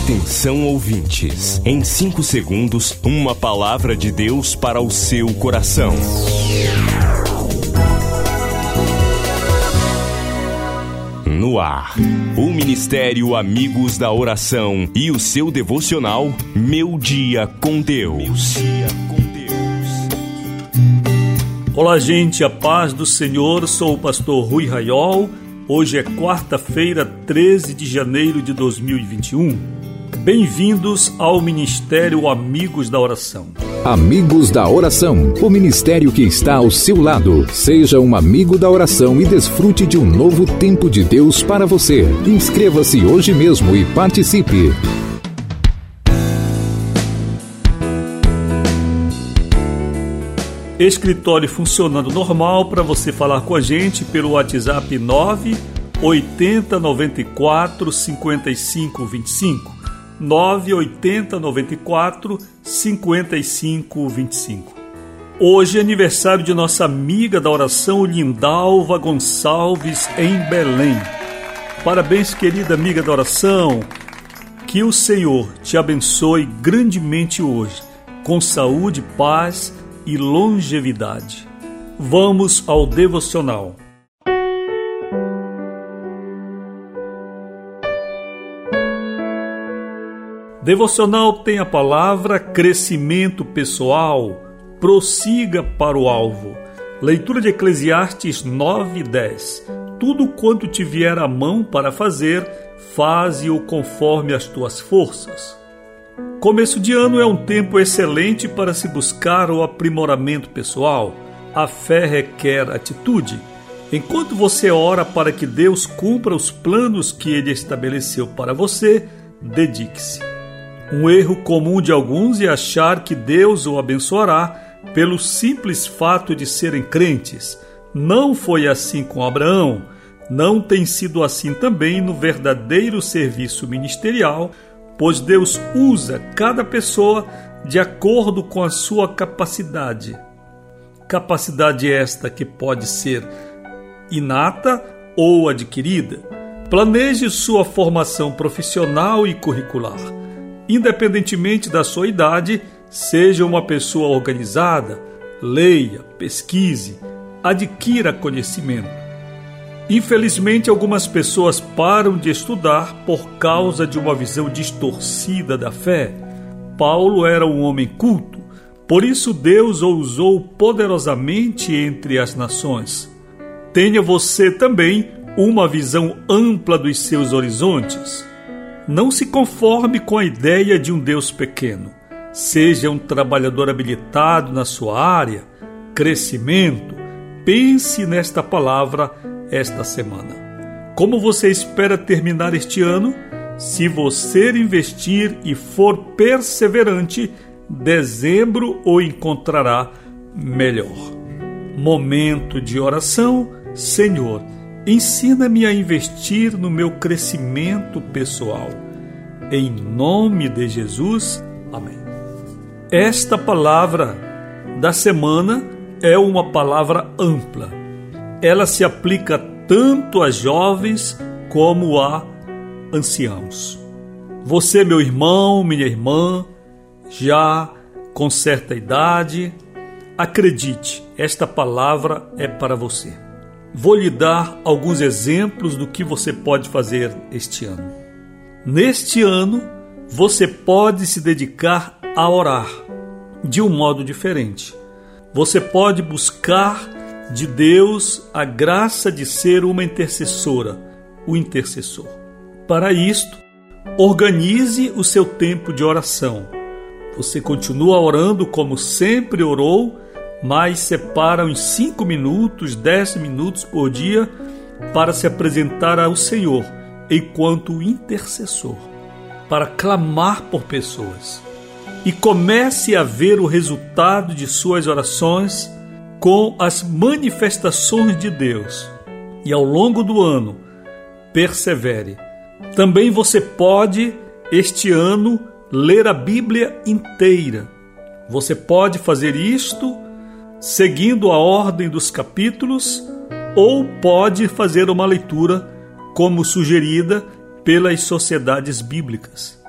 Atenção, ouvintes. Em 5 segundos, uma palavra de Deus para o seu coração. No ar, o Ministério Amigos da Oração e o seu devocional Meu Dia com Deus. Olá, gente, a paz do Senhor. Sou o pastor Rui Raiol. Hoje é quarta-feira, 13 de janeiro de 2021. Bem-vindos ao Ministério Amigos da Oração. Amigos da Oração, o ministério que está ao seu lado. Seja um amigo da oração e desfrute de um novo tempo de Deus para você. Inscreva-se hoje mesmo e participe. Escritório funcionando normal para você falar com a gente pelo WhatsApp 980 94 55 25. 980 94 55 25. Hoje é aniversário de nossa amiga da oração, Lindalva Gonçalves, em Belém. Parabéns, querida amiga da oração. Que o Senhor te abençoe grandemente hoje, com saúde, paz e longevidade. Vamos ao devocional. Devocional tem a palavra crescimento pessoal, prossiga para o alvo. Leitura de Eclesiastes 9:10. Tudo quanto te vier à mão para fazer, faze-o conforme as tuas forças. Começo de ano é um tempo excelente para se buscar o aprimoramento pessoal. A fé requer atitude. Enquanto você ora para que Deus cumpra os planos que Ele estabeleceu para você, dedique-se. Um erro comum de alguns é achar que Deus o abençoará pelo simples fato de serem crentes. Não foi assim com Abraão. Não tem sido assim também no verdadeiro serviço ministerial, pois Deus usa cada pessoa de acordo com a sua capacidade. Capacidade esta que pode ser inata ou adquirida. Planeje sua formação profissional e curricular. Independentemente da sua idade, seja uma pessoa organizada, leia, pesquise, adquira conhecimento. Infelizmente, algumas pessoas param de estudar por causa de uma visão distorcida da fé. Paulo era um homem culto, por isso Deus o usou poderosamente entre as nações. Tenha você também uma visão ampla dos seus horizontes. Não se conforme com a ideia de um Deus pequeno. Seja um trabalhador habilitado na sua área. Crescimento. Pense nesta palavra esta semana. Como você espera terminar este ano? Se você investir e for perseverante, dezembro o encontrará melhor. Momento de oração. Senhor, ensina-me a investir no meu crescimento pessoal. Em nome de Jesus. Amém. Esta palavra da semana é uma palavra ampla. Ela se aplica tanto a jovens como a anciãos. Você, meu irmão, minha irmã, já com certa idade, acredite, esta palavra é para você. Vou lhe dar alguns exemplos do que você pode fazer este ano. Neste ano, você pode se dedicar a orar de um modo diferente. Você pode buscar de Deus a graça de ser uma intercessora, o intercessor. Para isto, organize o seu tempo de oração. Você continua orando como sempre orou, mas separa uns 5 minutos, 10 minutos por dia para se apresentar ao Senhor enquanto intercessor, para clamar por pessoas. E comece a ver o resultado de suas orações com as manifestações de Deus. E ao longo do ano, persevere. Também você pode, este ano, ler a Bíblia inteira. Você pode fazer isto seguindo a ordem dos capítulos, ou pode fazer uma leitura como sugerida pelas sociedades bíblicas.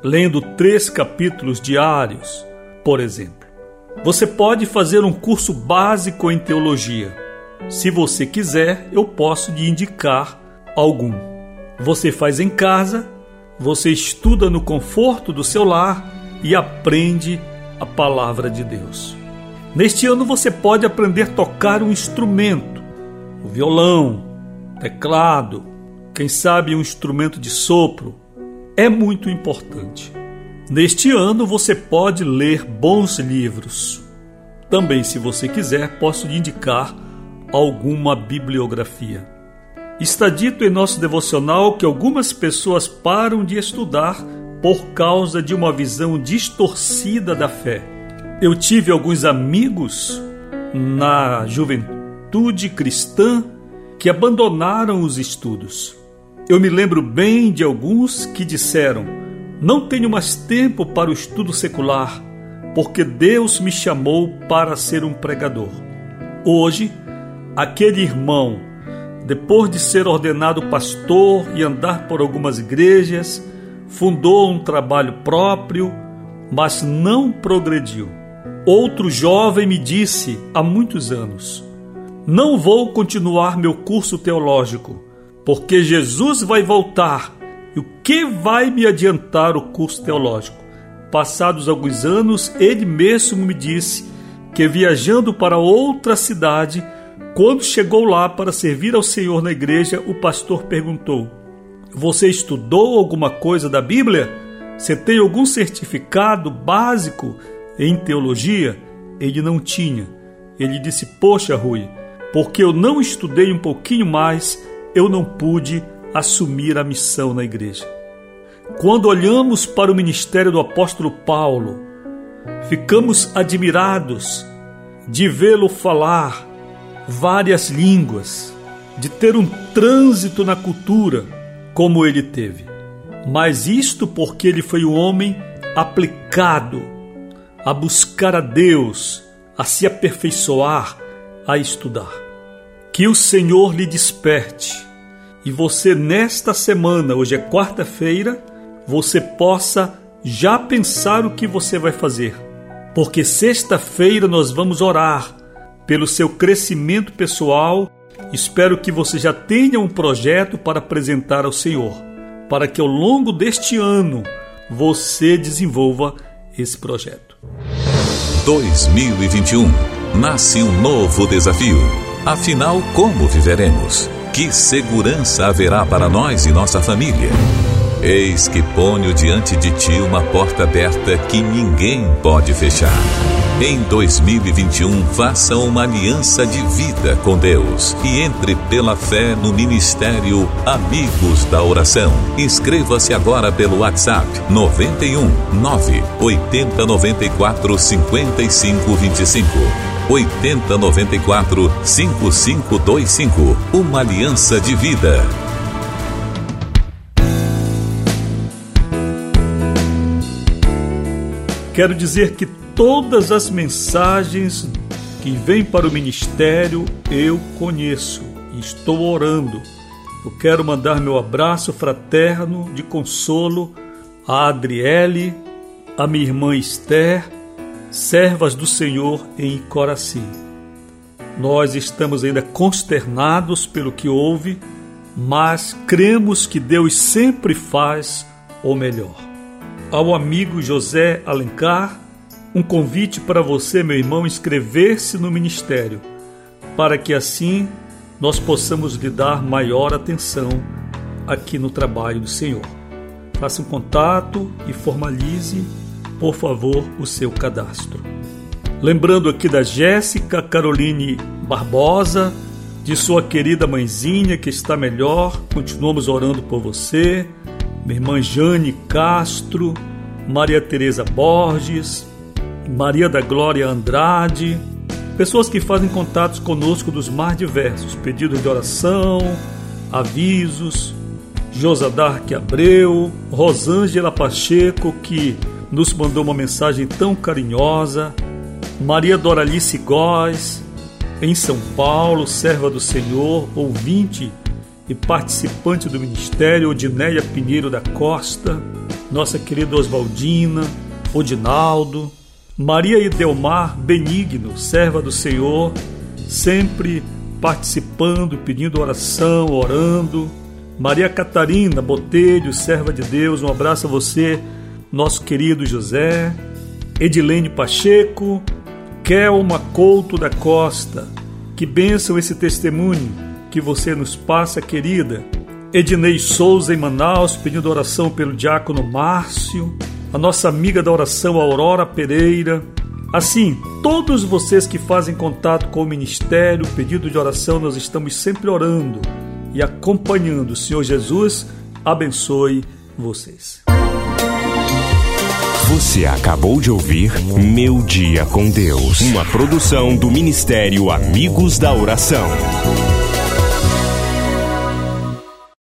lendo 3 capítulos diários, por exemplo. Você pode fazer um curso básico em teologia. Se você quiser, eu posso lhe indicar algum. Você faz em casa, você estuda no conforto do seu lar e aprende a palavra de Deus. Neste ano você pode aprender a tocar um instrumento, o violão, teclado, quem sabe um instrumento de sopro. É muito importante. Neste ano você pode ler bons livros. Também, se você quiser, posso lhe indicar alguma bibliografia. Está dito em nosso devocional que algumas pessoas param de estudar por causa de uma visão distorcida da fé. Eu tive alguns amigos na juventude cristã que abandonaram os estudos. Eu me lembro bem de alguns que disseram: não tenho mais tempo para o estudo secular, porque Deus me chamou para ser um pregador. Hoje, aquele irmão, depois de ser ordenado pastor e andar por algumas igrejas, fundou um trabalho próprio, mas não progrediu. Outro jovem me disse há muitos anos: não vou continuar meu curso teológico, porque Jesus vai voltar. E o que vai me adiantar o curso teológico? Passados alguns anos, ele mesmo me disse que, viajando para outra cidade, quando chegou lá para servir ao Senhor na igreja, o pastor perguntou: você estudou alguma coisa da Bíblia? Você tem algum certificado básico em teologia? Ele não tinha. Ele disse: poxa, Rui, porque eu não estudei um pouquinho mais, eu não pude assumir a missão na igreja. Quando olhamos para o ministério do apóstolo Paulo, ficamos admirados de vê-lo falar várias línguas, de ter um trânsito na cultura como ele teve. Mas isto porque ele foi um homem aplicado a buscar a Deus, a se aperfeiçoar, a estudar. Que o Senhor lhe desperte e você, nesta semana, hoje é quarta-feira, você possa já pensar o que você vai fazer. Porque sexta-feira nós vamos orar pelo seu crescimento pessoal. Espero que você já tenha um projeto para apresentar ao Senhor, para que ao longo deste ano você desenvolva esse projeto. 2021. Nasce um novo desafio. Afinal, como viveremos? Que segurança haverá para nós e nossa família? Eis que ponho diante de ti uma porta aberta que ninguém pode fechar. Em 2021, faça uma aliança de vida com Deus e entre pela fé no Ministério Amigos da Oração. Inscreva-se agora pelo WhatsApp 91 9 80 94 55 25. 80 94 5525. Uma aliança de vida. Quero dizer que todas as mensagens que vêm para o ministério eu conheço e estou orando. Eu quero mandar meu abraço fraterno de consolo a Adriele, a minha irmã Esther, servas do Senhor em Coraci. Nós estamos ainda consternados pelo que houve, mas cremos que Deus sempre faz o melhor. Ao amigo José Alencar, um convite para você, meu irmão, inscrever-se no ministério, para que assim nós possamos lhe dar maior atenção aqui no trabalho do Senhor. Faça um contato e formalize, por favor, o seu cadastro. Lembrando aqui da Jéssica Caroline Barbosa, de sua querida mãezinha que está melhor, continuamos orando por você. Minha irmã Jane Castro, Maria Tereza Borges, Maria da Glória Andrade, pessoas que fazem contatos conosco dos mais diversos, pedidos de oração, avisos, Josadarque Abreu, Rosângela Pacheco, que nos mandou uma mensagem tão carinhosa, Maria Doralice Góes, em São Paulo, serva do Senhor, ouvinte e participante do ministério, Odineia Pinheiro da Costa, nossa querida Oswaldina, Odinaldo, Maria Idelmar Benigno, serva do Senhor, sempre participando, pedindo oração, orando. Maria Catarina Botelho, serva de Deus, um abraço a você, nosso querido José. Edilene Pacheco, Kelma Couto da Costa, que bênção esse testemunho que você nos passa, querida. Ednei Souza em Manaus, pedindo oração pelo diácono Márcio, a nossa amiga da oração Aurora Pereira. Assim, todos vocês que fazem contato com o ministério, pedido de oração, nós estamos sempre orando e acompanhando. O Senhor Jesus abençoe vocês. Você acabou de ouvir Meu Dia com Deus, uma produção do Ministério Amigos da Oração.